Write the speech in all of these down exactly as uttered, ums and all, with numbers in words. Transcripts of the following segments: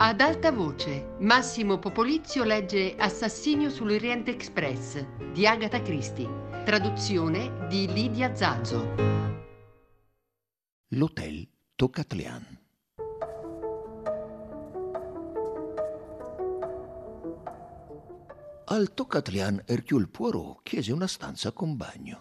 Ad alta voce, Massimo Popolizio legge Assassinio sull'Oriente Express di Agatha Christie, traduzione di Lidia Zazzo. L'Hotel Tocatlian. Al Tocatlian Hercule Poirot chiese una stanza con bagno.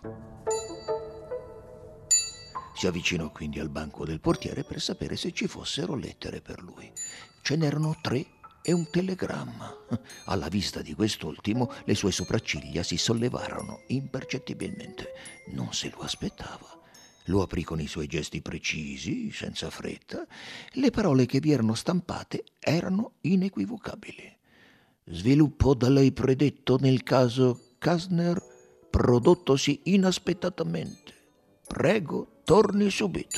Si avvicinò quindi al banco del portiere per sapere se ci fossero lettere per lui. Ce n'erano tre e un telegramma. Alla vista di quest'ultimo le sue sopracciglia si sollevarono impercettibilmente. Non se lo aspettava. Lo aprì con i suoi gesti precisi, senza fretta. Le parole che vi erano stampate erano inequivocabili. Sviluppo da lei predetto nel caso Kastner prodottosi inaspettatamente. Prego, torni subito.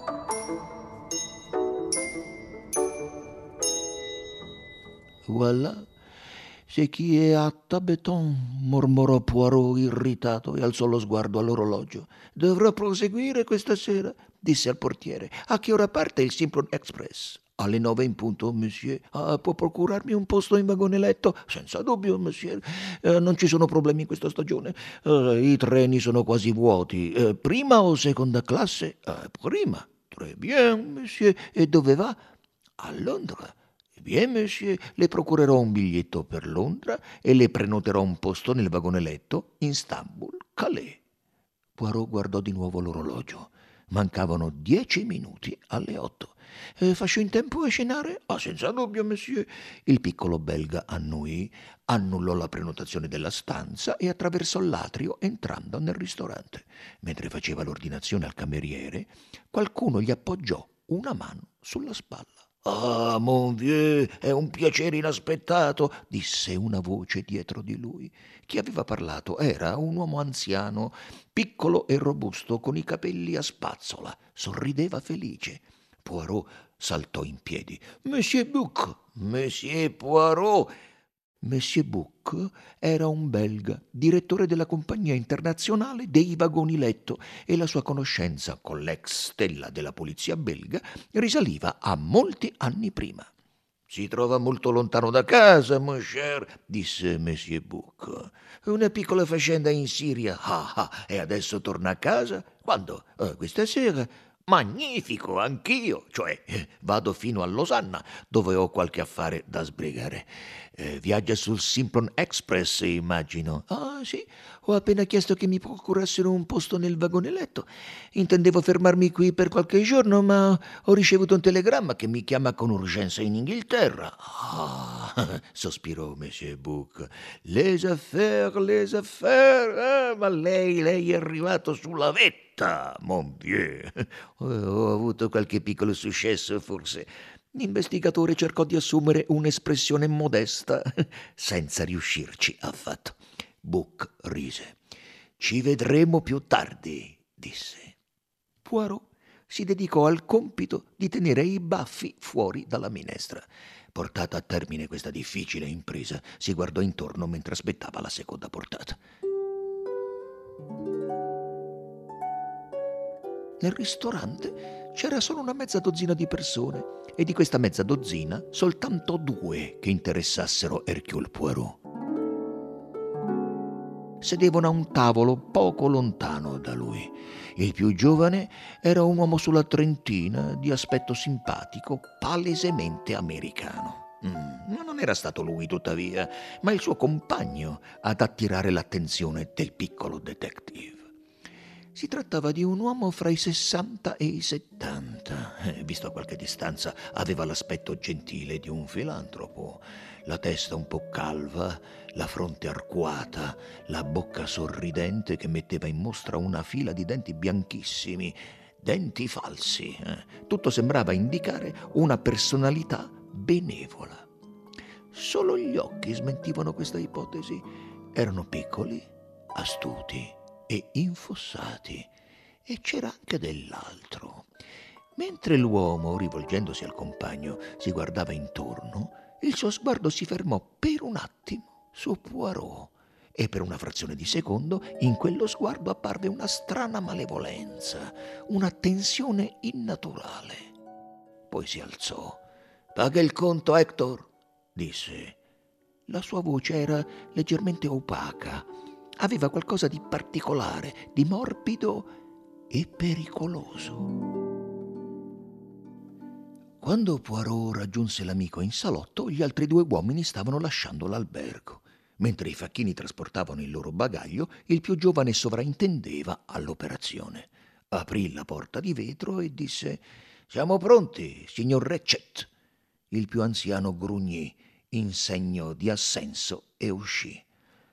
Voilà, c'est qui est à Tabeton, mormorò Poirot irritato e alzò lo sguardo all'orologio. Dovrò proseguire questa sera, disse al portiere. A che ora parte il Simplon Express? Alle nove in punto, monsieur. Ah, può procurarmi un posto in vagone letto? Senza dubbio, monsieur. Eh, non ci sono problemi in questa stagione. Eh, I treni sono quasi vuoti. Eh, prima o seconda classe? Eh, prima. Très bien, monsieur. E dove va? A Londra. Bien, monsieur, le procurerò un biglietto per Londra e le prenoterò un posto nel vagone letto in Istanbul, Calais. Poirot guardò di nuovo l'orologio. Mancavano dieci minuti alle otto. Eh, faccio in tempo a cenare? Ah, senza dubbio, monsieur. Il piccolo belga annuì, annullò la prenotazione della stanza e attraversò l'atrio entrando nel ristorante. Mentre faceva l'ordinazione al cameriere, qualcuno gli appoggiò una mano sulla spalla. «Ah, mon vieux, è un piacere inaspettato», disse una voce dietro di lui. Chi aveva parlato era un uomo anziano, piccolo e robusto, con i capelli a spazzola. Sorrideva felice. Poirot saltò in piedi. «Monsieur Buc, Monsieur Poirot!» Monsieur Buc era un belga, direttore della compagnia internazionale dei vagoni letto, e la sua conoscenza con l'ex stella della polizia belga risaliva a molti anni prima. «Si trova molto lontano da casa, mon cher», disse Monsieur Buc. «Una piccola faccenda in Siria. Ah, ah, e adesso torna a casa? Quando? Eh, questa sera?» «Magnifico, anch'io, cioè eh, vado fino a Losanna, dove ho qualche affare da sbrigare. Eh, viaggia sul Simplon Express, immagino?» «Ah, sì, ho appena chiesto che mi procurassero un posto nel vagone letto. Intendevo fermarmi qui per qualche giorno, ma ho ricevuto un telegramma che mi chiama con urgenza in Inghilterra». «Ah», sospirò Monsieur Buc, «les affaires, les affaires, ah, ma lei, lei è arrivato sulla vetta, mon vieux. Ho avuto qualche piccolo successo, forse». L'investigatore cercò di assumere un'espressione modesta, senza riuscirci affatto. Buc rise. «Ci vedremo più tardi», disse. Poirot si dedicò al compito di tenere i baffi fuori dalla minestra. Portata a termine questa difficile impresa, si guardò intorno mentre aspettava la seconda portata. Nel ristorante c'era solo una mezza dozzina di persone, e di questa mezza dozzina soltanto due che interessassero Hercule Poirot. Sedevano a un tavolo poco lontano da lui. Il più giovane era un uomo sulla trentina, di aspetto simpatico, palesemente americano. Mm, ma non era stato lui, tuttavia, ma il suo compagno ad attirare l'attenzione del piccolo detective. Si trattava di un uomo fra i sessanta e i settanta. Eh, visto a qualche distanza, aveva l'aspetto gentile di un filantropo. La testa un po' calva, la fronte arcuata, la bocca sorridente che metteva in mostra una fila di denti bianchissimi, denti falsi. Eh. Tutto sembrava indicare una personalità benevola. Solo gli occhi smentivano questa ipotesi. Erano piccoli, astuti e infossati, e c'era anche dell'altro. Mentre l'uomo, rivolgendosi al compagno, si guardava intorno, il suo sguardo si fermò per un attimo su Poirot, e per una frazione di secondo in quello sguardo apparve una strana malevolenza, una tensione innaturale. Poi si alzò, Paga il conto, Hector, disse. La sua voce era leggermente opaca. Aveva qualcosa di particolare, di morbido e pericoloso. Quando Poirot raggiunse l'amico in salotto, gli altri due uomini stavano lasciando l'albergo. Mentre i facchini trasportavano il loro bagaglio, il più giovane sovraintendeva all'operazione. Aprì la porta di vetro e disse: «Siamo pronti, signor Ratchet». Il più anziano grugnì in segno di assenso e uscì.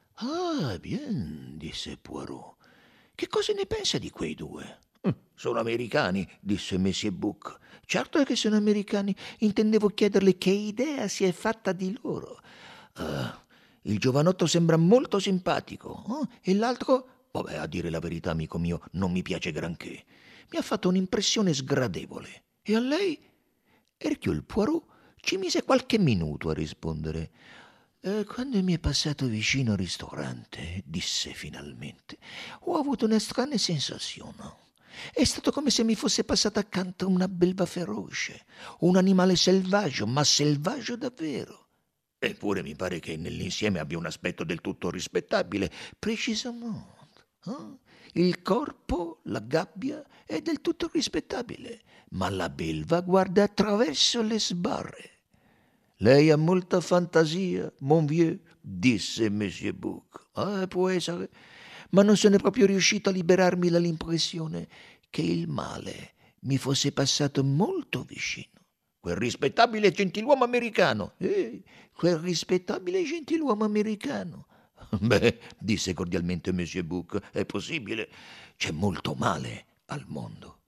«Ah, bien», disse Poirot. «Che cosa ne pensa di quei due?» «Sono americani», disse Monsieur Buck. «Certo che sono americani. Intendevo chiederle che idea si è fatta di loro. Uh, il giovanotto sembra molto simpatico. Oh, e l'altro? Vabbè, a dire la verità, amico mio, non mi piace granché. Mi ha fatto un'impressione sgradevole. E a lei?» Hercule Poirot ci mise qualche minuto a rispondere. Eh, «Quando mi è passato vicino al ristorante», disse finalmente, «ho avuto una strana sensazione. È stato come se mi fosse passata accanto una belva feroce, un animale selvaggio, ma selvaggio davvero. Eppure mi pare che nell'insieme abbia un aspetto del tutto rispettabile, precisamente. Eh? Il corpo, la gabbia, è del tutto rispettabile, ma la belva guarda attraverso le sbarre». «Lei ha molta fantasia, mon vieux», disse Monsieur Buck. «Ah, può essere, ma non sono proprio riuscito a liberarmi dall'impressione che il male mi fosse passato molto vicino. Quel rispettabile gentiluomo americano, eh, quel rispettabile gentiluomo americano». «Beh», disse cordialmente Monsieur Buck, «è possibile. C'è molto male al mondo».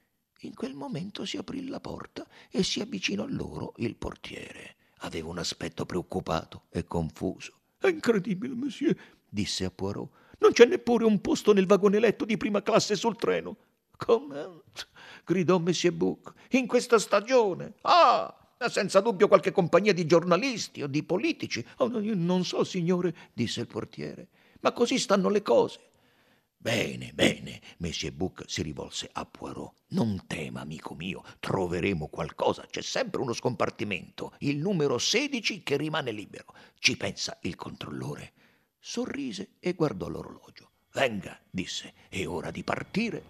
In quel momento si aprì la porta e si avvicinò a loro il portiere. Aveva un aspetto preoccupato e confuso. «È incredibile, monsieur», disse a Poirot. «Non c'è neppure un posto nel vagone letto di prima classe sul treno». «Come?» gridò Monsieur Buck. «In questa stagione? Ah, senza dubbio qualche compagnia di giornalisti o di politici». «Oh, io non so, signore», disse il portiere. «Ma così stanno le cose». «Bene, bene», Monsieur Buck si rivolse a Poirot. «Non tema, amico mio, troveremo qualcosa. C'è sempre uno scompartimento, il numero sedici, che rimane libero. Ci pensa il controllore». Sorrise e guardò l'orologio. «Venga», disse, «è ora di partire».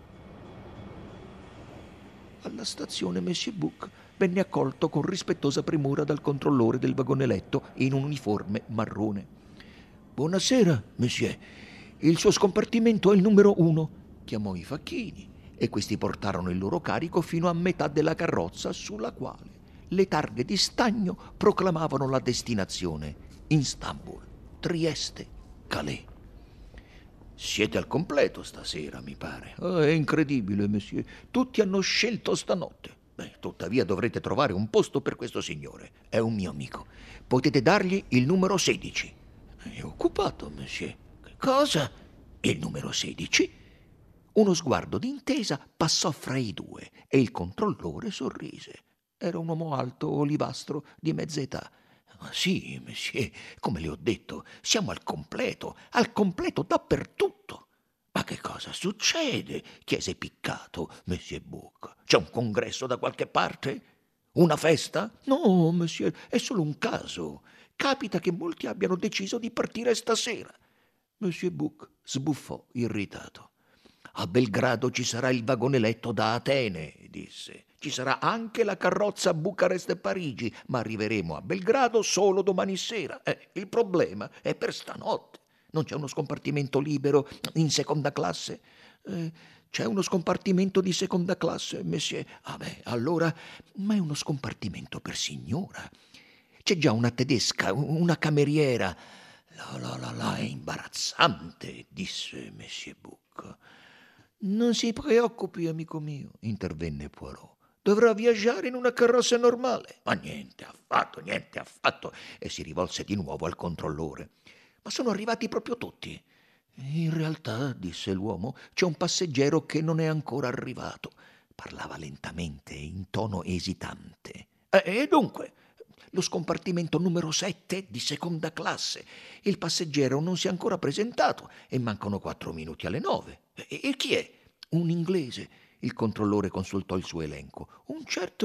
Alla stazione Monsieur Buck venne accolto con rispettosa premura dal controllore del vagone letto in un uniforme marrone. «Buonasera, monsieur. Il suo scompartimento è il numero uno», chiamò i facchini e questi portarono il loro carico fino a metà della carrozza, sulla quale le targhe di stagno proclamavano la destinazione: Istanbul, Trieste, Calais. «Siete al completo stasera, mi pare». Oh, «è incredibile, monsieur. Tutti hanno scelto stanotte». Beh, tuttavia dovrete trovare un posto per questo signore. È un mio amico. Potete dargli il numero sedici. «È occupato, monsieur». «Cosa?» «Il numero sedici?» Uno sguardo d'intesa passò fra i due e il controllore sorrise. Era un uomo alto, olivastro, di mezza età. «Sì, monsieur, come le ho detto, siamo al completo, al completo dappertutto». «Ma che cosa succede?» chiese piccato Monsieur Buck. «C'è un congresso da qualche parte? Una festa?» «No, monsieur, è solo un caso. Capita che molti abbiano deciso di partire stasera». Monsieur Buck sbuffò irritato. «A Belgrado ci sarà il vagone letto da Atene», disse. «Ci sarà anche la carrozza a Bucarest e Parigi, ma arriveremo a Belgrado solo domani sera. Eh, il problema è per stanotte. Non c'è uno scompartimento libero in seconda classe?» Eh, «c'è uno scompartimento di seconda classe, monsieur». «Ah beh, allora, ma è uno scompartimento per signora. C'è già una tedesca, una cameriera». «La la la la, è imbarazzante», disse Monsieur Buck. «Non si preoccupi, amico mio», intervenne Poirot. «Dovrà viaggiare in una carrozza normale». «Ma niente affatto, niente affatto», e si rivolse di nuovo al controllore. «Ma sono arrivati proprio tutti». «In realtà», disse l'uomo, «c'è un passeggero che non è ancora arrivato». Parlava lentamente, in tono esitante. «E, e dunque?» «Lo scompartimento numero sette di seconda classe. Il passeggero non si è ancora presentato e mancano quattro minuti alle nove. E, e chi è?» «Un inglese». Il controllore consultò il suo elenco. «Un certo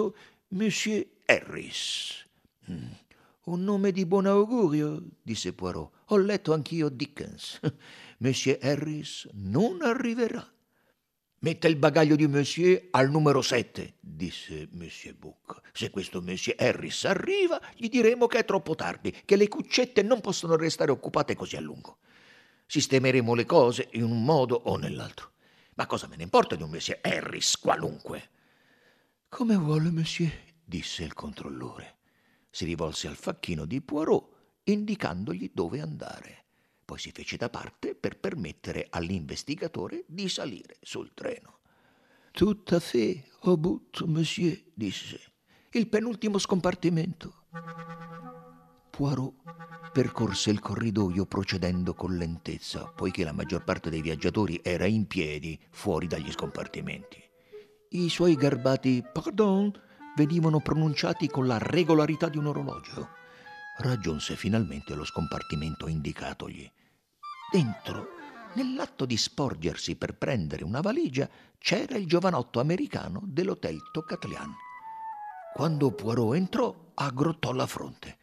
Monsieur Harris. Mm. Un nome di buon augurio, disse Poirot. Ho letto anch'io Dickens. Monsieur Harris non arriverà. Metta il bagaglio di Monsieur al numero sette, disse Monsieur Buck. Se questo Monsieur Harris arriva, gli diremo che è troppo tardi, che le cuccette non possono restare occupate così a lungo. Sistemeremo le cose in un modo o nell'altro. Ma cosa me ne importa di un Monsieur Harris qualunque? Come vuole, Monsieur, disse il controllore. Si rivolse al facchino di Poirot, indicandogli dove andare. Poi si fece da parte per permettere all'investigatore di salire sul treno. Tout à fait, au bout, monsieur, disse. Il penultimo scompartimento. Poirot percorse il corridoio procedendo con lentezza, poiché la maggior parte dei viaggiatori era in piedi fuori dagli scompartimenti. I suoi garbati pardon venivano pronunciati con la regolarità di un orologio. Raggiunse finalmente lo scompartimento indicatogli. Dentro, nell'atto di sporgersi per prendere una valigia, c'era il giovanotto americano dell'hotel Tocatlian. Quando Poirot entrò, aggrottò la fronte.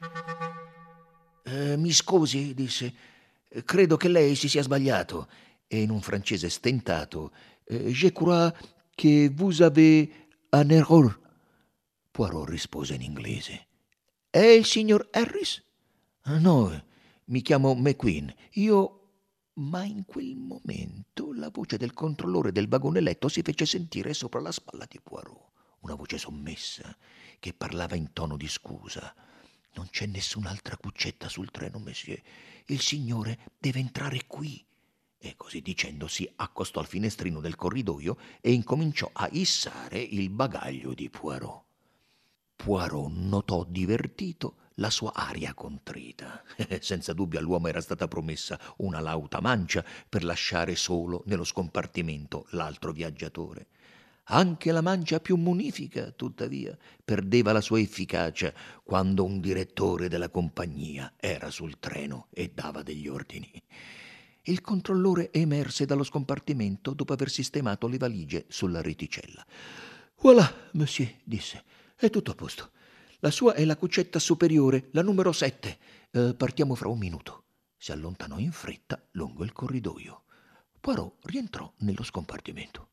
Eh, mi scusi, disse, credo che lei si sia sbagliato. E in un francese stentato, eh, je crois que vous avez un erreur. Poirot rispose in inglese. È il signor Harris? No, mi chiamo McQueen. Io... Ma in quel momento la voce del controllore del vagone letto si fece sentire sopra la spalla di Poirot. Una voce sommessa che parlava in tono di scusa. Non c'è nessun'altra cuccetta sul treno, monsieur. Il signore deve entrare qui. E così dicendo si accostò al finestrino del corridoio e incominciò a issare il bagaglio di Poirot. Poirot notò divertito la sua aria contrita. Senza dubbio all'uomo era stata promessa una lauta mancia per lasciare solo nello scompartimento l'altro viaggiatore. Anche la mancia più munifica, tuttavia, perdeva la sua efficacia quando un direttore della compagnia era sul treno e dava degli ordini. Il controllore emerse dallo scompartimento dopo aver sistemato le valigie sulla reticella. «Voilà, monsieur», disse, «è tutto a posto. La sua è la cuccetta superiore, la numero sette. Eh, partiamo fra un minuto». Si allontanò in fretta lungo il corridoio. Poirot rientrò nello scompartimento.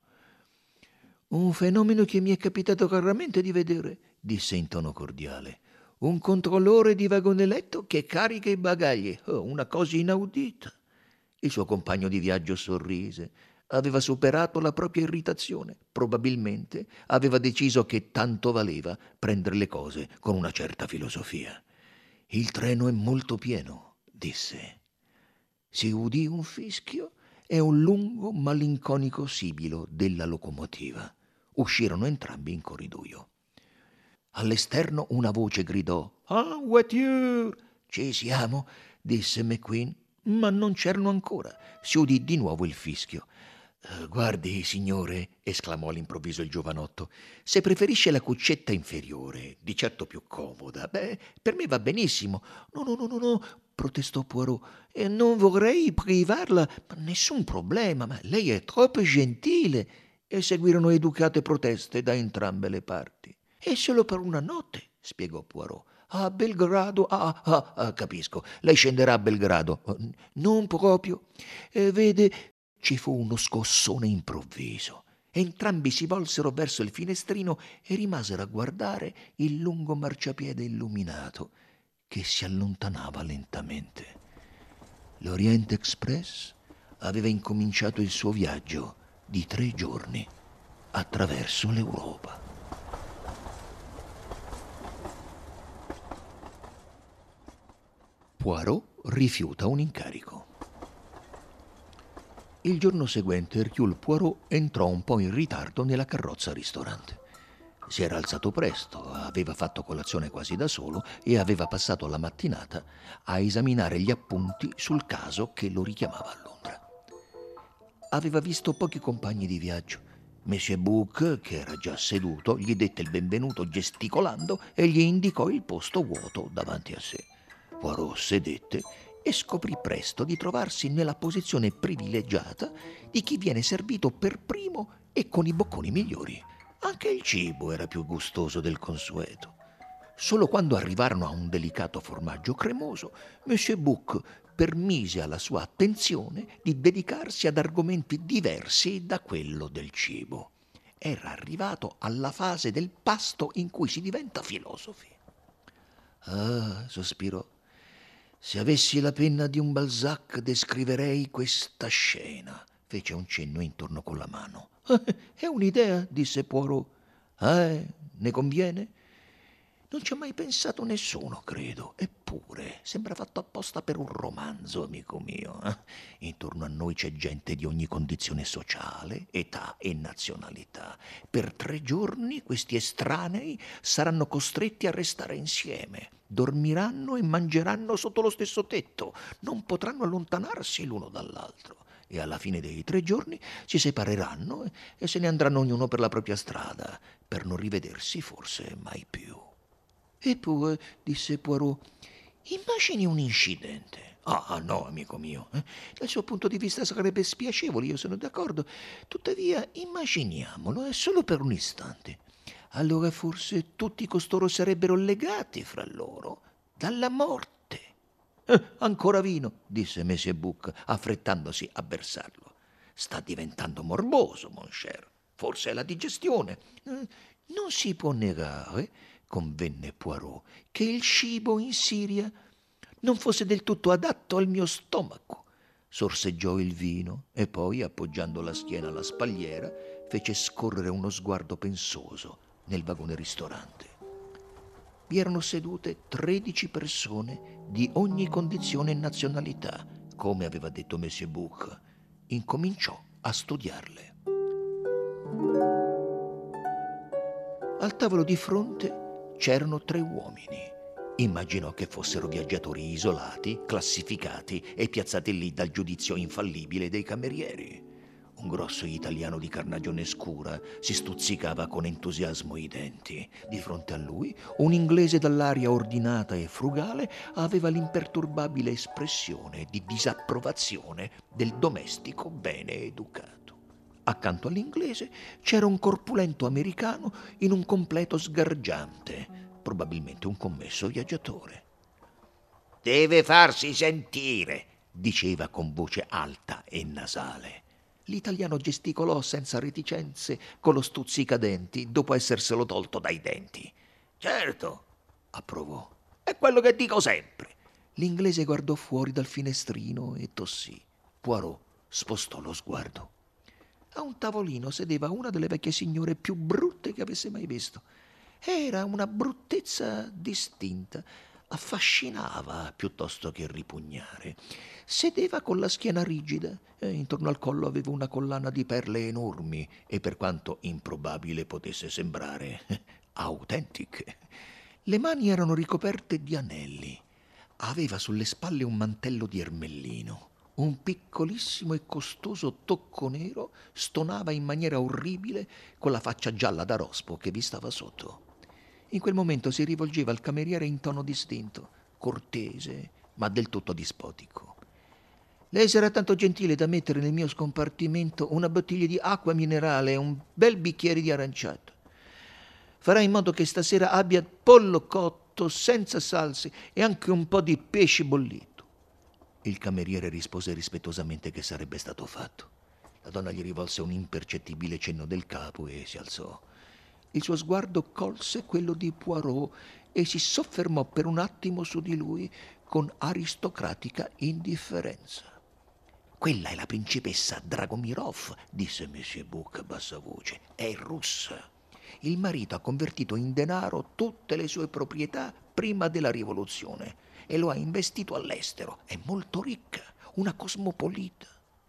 «Un fenomeno che mi è capitato raramente di vedere», disse in tono cordiale. «Un controllore di vagone letto che carica i bagagli. Oh, una cosa inaudita». Il suo compagno di viaggio sorrise. Aveva superato la propria irritazione. Probabilmente aveva deciso che tanto valeva prendere le cose con una certa filosofia. «Il treno è molto pieno», disse. Si udì un fischio e un lungo malinconico sibilo della locomotiva. Uscirono entrambi in corridoio. All'esterno una voce gridò: «En voiture!» «Ci siamo», disse McQueen, ma non c'erano ancora. Si udì di nuovo il fischio. Uh, «Guardi, signore», esclamò all'improvviso il giovanotto, «se preferisce la cuccetta inferiore, di certo più comoda, beh, per me va benissimo». «No, no, no, no, no», protestò Poirot, «e non vorrei privarla, ma nessun problema, ma lei è troppo gentile». E seguirono educate proteste da entrambe le parti. «È solo per una notte», spiegò Poirot. «A Belgrado, ah, ah, ah, capisco, lei scenderà a Belgrado». «Non proprio. Eh, vede...» Ci fu uno scossone improvviso. Entrambi si volsero verso il finestrino e rimasero a guardare il lungo marciapiede illuminato che si allontanava lentamente. L'Orient Express aveva incominciato il suo viaggio di tre giorni attraverso l'Europa. Poirot rifiuta un incarico. Il giorno seguente Hercule Poirot entrò un po' in ritardo nella carrozza ristorante. Si era alzato presto, aveva fatto colazione quasi da solo e aveva passato la mattinata a esaminare gli appunti sul caso che lo richiamava a Londra. Aveva visto pochi compagni di viaggio. Monsieur Buck, che era già seduto, gli dette il benvenuto gesticolando e gli indicò il posto vuoto davanti a sé. Poirot sedette e scoprì presto di trovarsi nella posizione privilegiata di chi viene servito per primo e con i bocconi migliori. Anche il cibo era più gustoso del consueto. Solo quando arrivarono a un delicato formaggio cremoso, Monsieur Bouc permise alla sua attenzione di dedicarsi ad argomenti diversi da quello del cibo. Era arrivato alla fase del pasto in cui si diventa filosofi. Ah, sospirò, se avessi la penna di un Balzac descriverei questa scena. Fece un cenno intorno con la mano. È un'idea, disse Poirot. Eh, ne conviene? Non ci ha mai pensato nessuno, credo. Eppure, sembra fatto apposta per un romanzo, amico mio. Eh? Intorno a noi c'è gente di ogni condizione sociale, età e nazionalità. Per tre giorni questi estranei saranno costretti a restare insieme. Dormiranno e mangeranno sotto lo stesso tetto. Non potranno allontanarsi l'uno dall'altro. E alla fine dei tre giorni si separeranno e, e se ne andranno ognuno per la propria strada, per non rivedersi forse mai più. Eppure, disse Poirot, immagini un incidente. Ah, no, amico mio, eh? Dal suo punto di vista sarebbe spiacevole, io sono d'accordo. Tuttavia, immaginiamolo, è solo per un istante. Allora forse tutti costoro sarebbero legati fra loro dalla morte. Eh, ancora vino, disse Monsieur Bouc, affrettandosi a versarlo. Sta diventando morboso, mon cher. Forse è la digestione. Eh, non si può negare, convenne Poirot, che il cibo in Siria non fosse del tutto adatto al mio stomaco. Sorseggiò il vino e poi, appoggiando la schiena alla spalliera, fece scorrere uno sguardo pensoso nel vagone ristorante. Vi erano sedute tredici persone di ogni condizione e nazionalità, come aveva detto Monsieur Bouc. Incominciò a studiarle. Al tavolo di fronte c'erano tre uomini. Immaginò che fossero viaggiatori isolati, classificati e piazzati lì dal giudizio infallibile dei camerieri. Un grosso italiano di carnagione scura si stuzzicava con entusiasmo i denti. Di fronte a lui, un inglese dall'aria ordinata e frugale aveva l'imperturbabile espressione di disapprovazione del domestico bene educato. Accanto all'inglese c'era un corpulento americano in un completo sgargiante, probabilmente un commesso viaggiatore. «Deve farsi sentire», diceva con voce alta e nasale. L'italiano gesticolò senza reticenze con lo stuzzicadenti dopo esserselo tolto dai denti. «Certo», approvò, «è quello che dico sempre». L'inglese guardò fuori dal finestrino e tossì. Poirot spostò lo sguardo. A un tavolino sedeva una delle vecchie signore più brutte che avesse mai visto. Era una bruttezza distinta, affascinava piuttosto che ripugnare. Sedeva con la schiena rigida e intorno al collo aveva una collana di perle enormi e, per quanto improbabile potesse sembrare, autentiche. Le mani erano ricoperte di anelli. Aveva sulle spalle un mantello di ermellino. Un piccolissimo e costoso tocco nero stonava in maniera orribile con la faccia gialla da rospo che vi stava sotto. In quel momento si rivolgeva al cameriere in tono distinto, cortese, ma del tutto dispotico. «Lei sarà tanto gentile da mettere nel mio scompartimento una bottiglia di acqua minerale e un bel bicchiere di aranciato. Farà in modo che stasera abbia pollo cotto senza salse e anche un po' di pesce bollito». Il cameriere rispose rispettosamente che sarebbe stato fatto. La donna gli rivolse un impercettibile cenno del capo e si alzò. Il suo sguardo colse quello di Poirot e si soffermò per un attimo su di lui con aristocratica indifferenza. «Quella è la principessa Dragomirov», disse Monsieur Bouc a bassa voce. «È russa. Il marito ha convertito in denaro tutte le sue proprietà prima della rivoluzione e lo ha investito all'estero. È molto ricca, una cosmopolita».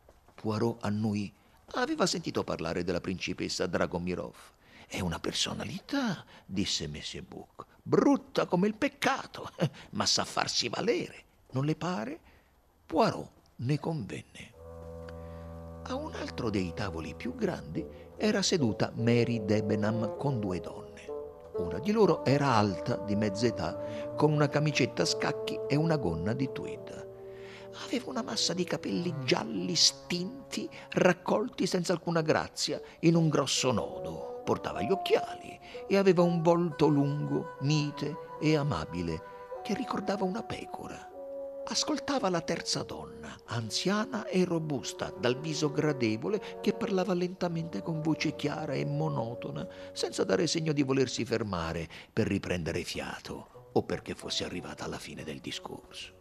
Poirot annui. Aveva sentito parlare della principessa Dragomirov. «È una personalità», disse Monsieur Bouc, «brutta come il peccato, ma sa farsi valere. Non le pare?» Poirot ne convenne. A un altro dei tavoli più grandi era seduta Mary Debenham con due donne. Una di loro era alta, di mezza età, con una camicetta a scacchi e una gonna di tweed. Aveva una massa di capelli gialli stinti, raccolti senza alcuna grazia in un grosso nodo, portava gli occhiali e aveva un volto lungo, mite e amabile, che ricordava una pecora. Ascoltava la terza donna, anziana e robusta, dal viso gradevole, che parlava lentamente con voce chiara e monotona, senza dare segno di volersi fermare per riprendere fiato o perché fosse arrivata alla fine del discorso.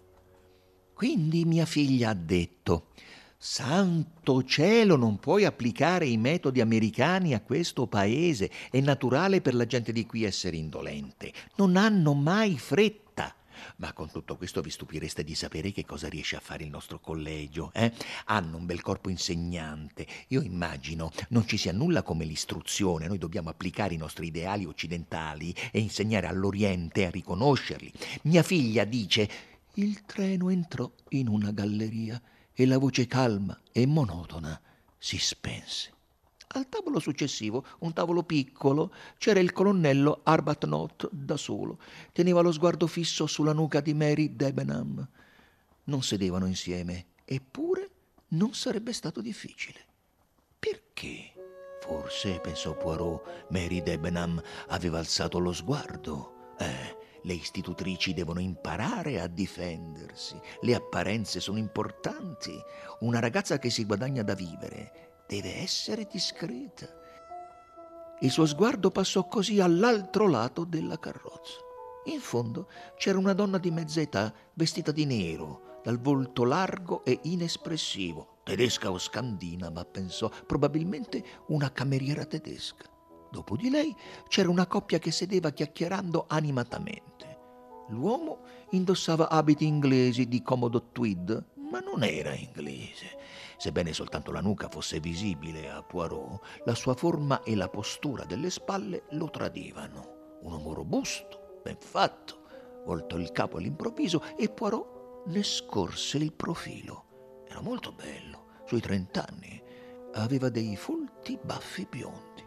Quindi mia figlia ha detto: «Santo cielo, non puoi applicare i metodi americani a questo paese. È naturale per la gente di qui essere indolente. Non hanno mai fretta». Ma con tutto questo vi stupireste di sapere che cosa riesce a fare il nostro collegio, eh? Hanno un bel corpo insegnante. Io immagino non ci sia nulla come l'istruzione. Noi dobbiamo applicare i nostri ideali occidentali e insegnare all'Oriente a riconoscerli. Mia figlia dice: «Il treno entrò in una galleria e la voce calma e monotona si spense». Al tavolo successivo, un tavolo piccolo, c'era il colonnello Arbuthnot da solo. Teneva lo sguardo fisso sulla nuca di Mary Debenham. Non sedevano insieme, eppure non sarebbe stato difficile. Perché? Forse, pensò Poirot, Mary Debenham aveva alzato lo sguardo. Eh, le istitutrici devono imparare a difendersi. Le apparenze sono importanti. Una ragazza che si guadagna da vivere deve essere discreta. Il suo sguardo passò così all'altro lato della carrozza. In fondo c'era una donna di mezza età, vestita di nero, dal volto largo e inespressivo. Tedesca o scandinava, pensò, probabilmente una cameriera tedesca. Dopo di lei c'era una coppia che sedeva chiacchierando animatamente. L'uomo indossava abiti inglesi di comodo tweed, ma non era inglese. Sebbene soltanto la nuca fosse visibile a Poirot, la sua forma e la postura delle spalle lo tradivano. Un uomo robusto, ben fatto, voltò il capo all'improvviso e Poirot ne scorse il profilo. Era molto bello, sui trent'anni. Aveva dei folti baffi biondi.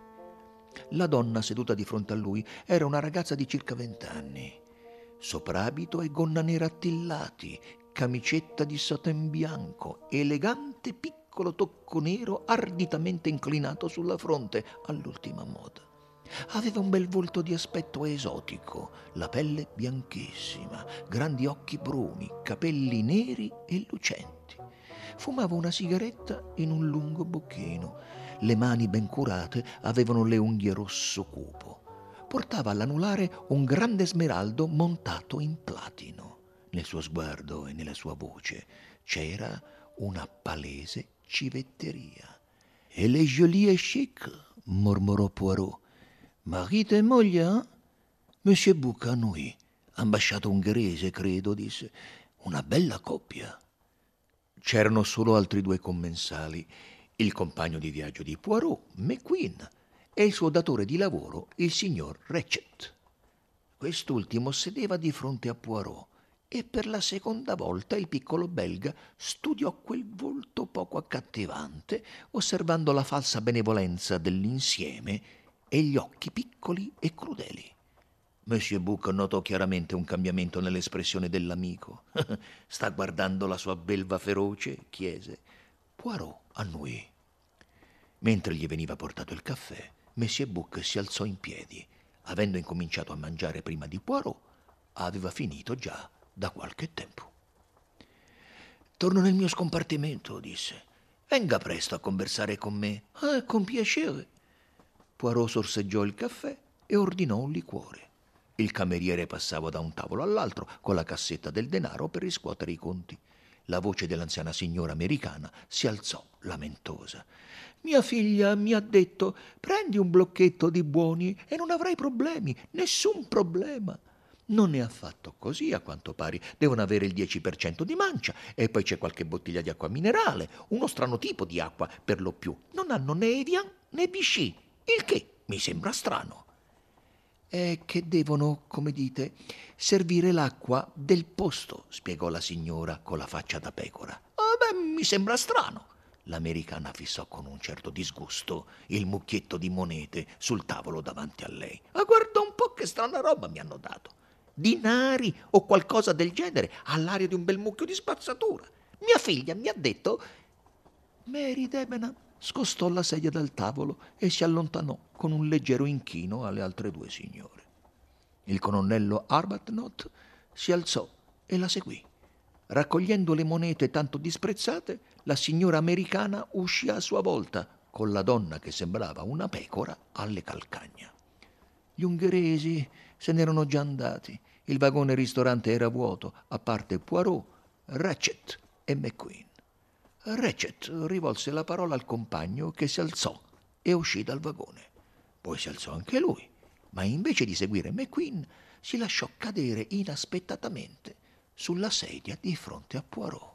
La donna seduta di fronte a lui era una ragazza di circa vent'anni. Soprabito e gonna nera attillati, camicetta di satin bianco, elegante piccolo tocco nero arditamente inclinato sulla fronte, all'ultima moda. Aveva un bel volto di aspetto esotico, la pelle bianchissima, grandi occhi bruni, capelli neri e lucenti. Fumava una sigaretta in un lungo bocchino. Le mani ben curate avevano le unghie rosso cupo. Portava all'anulare un grande smeraldo montato in platino. Nel suo sguardo e nella sua voce c'era una palese civetteria. «Elle est jolie et chic», mormorò Poirot. «Marito e moglie, eh? Monsieur Bucanoui, ambasciato ungherese, credo», disse. «Una bella coppia». C'erano solo altri due commensali, il compagno di viaggio di Poirot, McQueen, e il suo datore di lavoro, il signor Ratchet. Quest'ultimo sedeva di fronte a Poirot e per la seconda volta il piccolo belga studiò quel volto poco accattivante, osservando la falsa benevolenza dell'insieme e gli occhi piccoli e crudeli. Monsieur Buck notò chiaramente un cambiamento nell'espressione dell'amico. «Sta guardando la sua belva feroce?» chiese. Poirot annuì. Mentre gli veniva portato il caffè, Monsieur Buck si alzò in piedi. Avendo incominciato a mangiare prima di Poirot, aveva finito già da qualche tempo. «Torno nel mio scompartimento», disse. «Venga presto a conversare con me». «Ah, con piacere». Poirot sorseggiò il caffè e ordinò un liquore. Il cameriere passava da un tavolo all'altro con la cassetta del denaro per riscuotere i conti. La voce dell'anziana signora americana si alzò lamentosa. «Mia figlia mi ha detto: prendi un blocchetto di buoni e non avrai problemi, nessun problema». Non ne ha affatto così, a quanto pare. Devono avere il dieci per cento di mancia e poi c'è qualche bottiglia di acqua minerale, uno strano tipo di acqua per lo più. Non hanno né Evian né Vichy, il che mi sembra strano. «È che devono, come dite, servire l'acqua del posto», spiegò la signora con la faccia da pecora. «Ah, beh, mi sembra strano». L'americana fissò con un certo disgusto il mucchietto di monete sul tavolo davanti a lei. «Ah, guarda un po' che strana roba mi hanno dato. Dinari o qualcosa del genere, all'aria di un bel mucchio di spazzatura. Mia figlia mi ha detto...» Mary Debenham scostò la sedia dal tavolo e si allontanò con un leggero inchino alle altre due signore. Il colonnello Arbuthnot si alzò e la seguì. Raccogliendo le monete tanto disprezzate, la signora americana uscì a sua volta, con la donna che sembrava una pecora alle calcagna. Gli ungheresi se n'erano già andati. Il vagone ristorante era vuoto, a parte Poirot, Ratchet e McQueen. Ratchet rivolse la parola al compagno, che si alzò e uscì dal vagone. Poi si alzò anche lui, ma invece di seguire McQueen si lasciò cadere inaspettatamente sulla sedia di fronte a Poirot.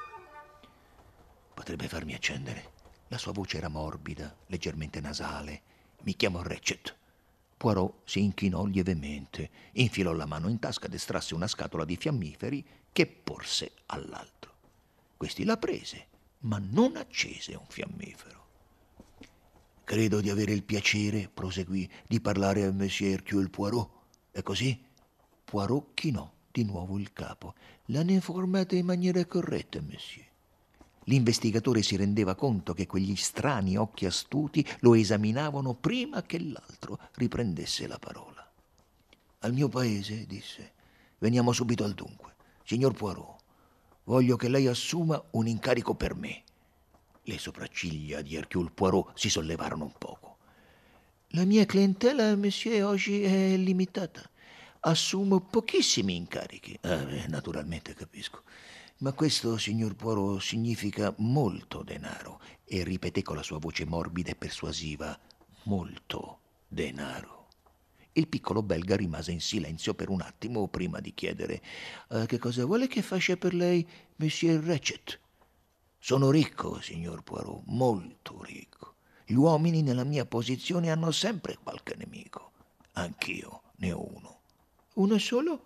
Potrebbe farmi accendere. La sua voce era morbida, leggermente nasale. Mi chiamo Ratchet. Poirot si inchinò lievemente, infilò la mano in tasca ed estrasse una scatola di fiammiferi che porse all'altro. Questi la prese, ma non accese un fiammifero. «Credo di avere il piacere», proseguì, «di parlare a Monsieur Hercule Poirot. È così?» Poirot chinò di nuovo il capo. «L'hanno informata in maniera corretta, Monsieur». L'investigatore si rendeva conto che quegli strani occhi astuti lo esaminavano prima che l'altro riprendesse la parola. «Al mio paese», disse, «veniamo subito al dunque. Signor Poirot, voglio che lei assuma un incarico per me». Le sopracciglia di Hercule Poirot si sollevarono un poco. «La mia clientela, Monsieur, oggi è limitata. Assumo pochissimi incarichi». Ah, beh, naturalmente capisco. «Ma questo, signor Poirot, significa molto denaro», e ripeté con la sua voce morbida e persuasiva, «molto denaro». Il piccolo belga rimase in silenzio per un attimo prima di chiedere: «Uh, che cosa vuole che faccia per lei, Monsieur Ratchet?» «Sono ricco, signor Poirot, molto ricco. Gli uomini nella mia posizione hanno sempre qualche nemico. Anch'io ne ho uno». «Uno solo?»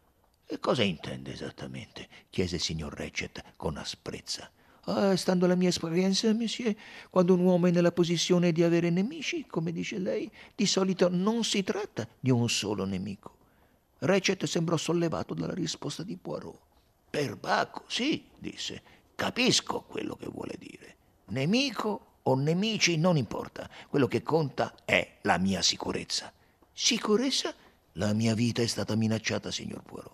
«E cosa intende esattamente?» chiese il signor Ratchet con asprezza. «Ah, stando alla mia esperienza, monsieur, quando un uomo è nella posizione di avere nemici, come dice lei, di solito non si tratta di un solo nemico». Ratchet sembrò sollevato dalla risposta di Poirot. «Perbacco, sì», disse, «capisco quello che vuole dire. Nemico o nemici non importa, quello che conta è la mia sicurezza». «Sicurezza?» «La mia vita è stata minacciata, signor Poirot.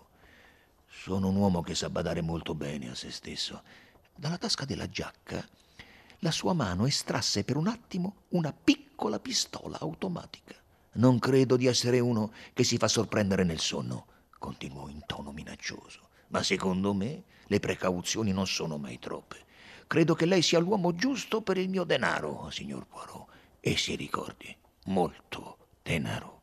Sono un uomo che sa badare molto bene a se stesso». Dalla tasca della giacca la sua mano estrasse per un attimo una piccola pistola automatica. «Non credo di essere uno che si fa sorprendere nel sonno», continuò in tono minaccioso, «ma secondo me le precauzioni non sono mai troppe. Credo che lei sia l'uomo giusto per il mio denaro, signor Poirot, e si ricordi, molto denaro».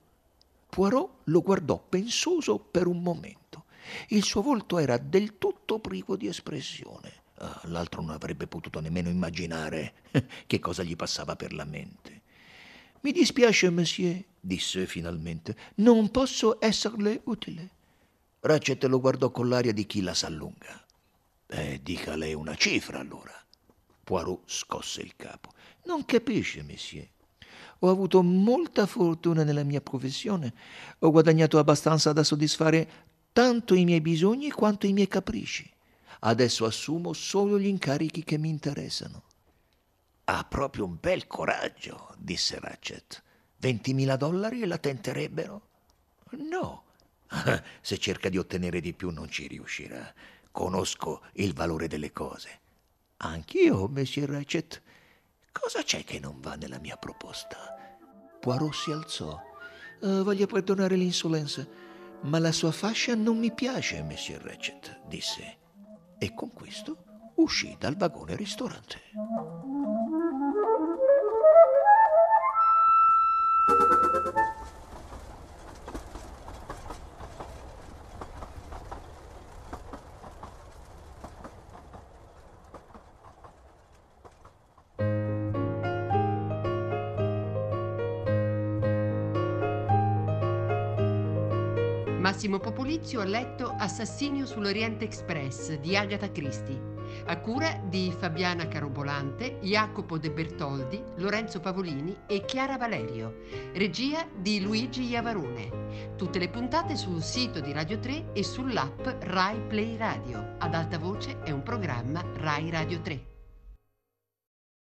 Poirot lo guardò pensoso per un momento. Il suo volto era del tutto privo di espressione. Ah, l'altro non avrebbe potuto nemmeno immaginare che cosa gli passava per la mente. «Mi dispiace, monsieur», disse finalmente, «non posso esserle utile». Ratchet lo guardò con l'aria di chi la sa lunga. «Eh, dica lei una cifra, allora». Poirot scosse il capo. «Non capisce, monsieur. Ho avuto molta fortuna nella mia professione. Ho guadagnato abbastanza da soddisfare tanto i miei bisogni quanto i miei capricci. Adesso assumo solo gli incarichi che mi interessano». «Ha proprio un bel coraggio», disse Ratchet. «ventimila dollari la tenterebbero?» «No». «Se cerca di ottenere di più non ci riuscirà. Conosco il valore delle cose». «Anch'io, Monsieur Ratchet». «Cosa c'è che non va nella mia proposta?» Poirot si alzò. Uh, «Voglio perdonare l'insolenza, ma la sua fascia non mi piace, Monsieur Ratchet», disse. E con questo uscì dal vagone ristorante. Massimo Popolizio ha letto Assassinio sull'Oriente Express di Agatha Christie, a cura di Fabiana Carobolante, Jacopo De Bertoldi, Lorenzo Pavolini e Chiara Valerio, regia di Luigi Iavarone. Tutte le puntate sul sito di Radio tre e sull'app Rai Play Radio. Ad alta voce è un programma Rai Radio tre.